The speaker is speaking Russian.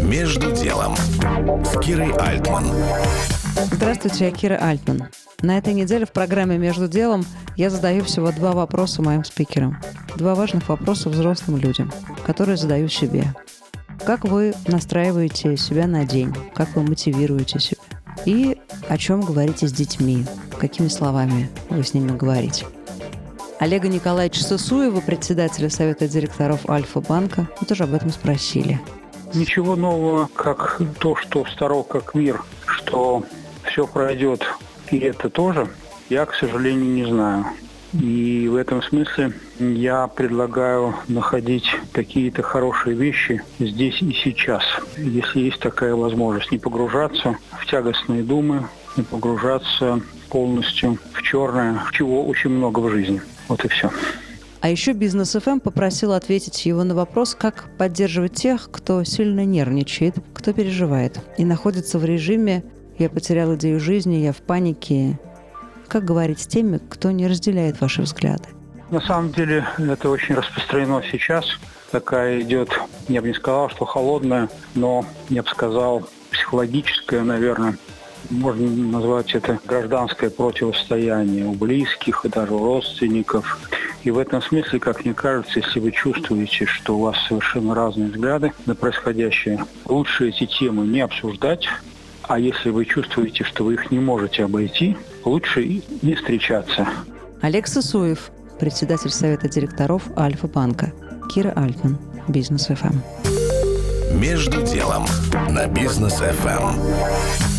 «Между делом» с Кирой Альтман. Здравствуйте, я Кира Альтман. На этой неделе в программе «Между делом» я задаю всего 2 вопроса моим спикерам. 2 важных вопроса взрослым людям, которые задаю себе. Как вы настраиваете себя на день? Как вы мотивируете себя? И о чем говорите с детьми? Какими словами вы с ними говорите? Олега Николаевича Сысуева, председателя Совета директоров Альфа-банка, мы тоже об этом спросили. Ничего нового, как то, что старо как мир, что все пройдет, и это тоже, я, к сожалению, не знаю. И в этом смысле я предлагаю находить какие-то хорошие вещи здесь и сейчас, если есть такая возможность, не погружаться в тягостные думы, не погружаться полностью в черное, чего очень много в жизни. Вот и все. А еще Бизнес ФМ попросил ответить его на вопрос, как поддерживать тех, кто сильно нервничает, кто переживает и находится в режиме «я потерял идею жизни, я в панике». Как говорить с теми, кто не разделяет ваши взгляды? На самом деле это очень распространено сейчас. Такая идет, я бы не сказал, что холодная, но, я бы сказал, психологическая, наверное, можно назвать это гражданское противостояние у близких и даже у родственников. И в этом смысле, как мне кажется, если вы чувствуете, что у вас совершенно разные взгляды на происходящее, лучше эти темы не обсуждать. А если вы чувствуете, что вы их не можете обойти, лучше и не встречаться. Олег Сысуев, председатель Совета директоров Альфа-банка. Кира Альтман, Бизнес ФМ. «Между делом» на Бизнес ФМ.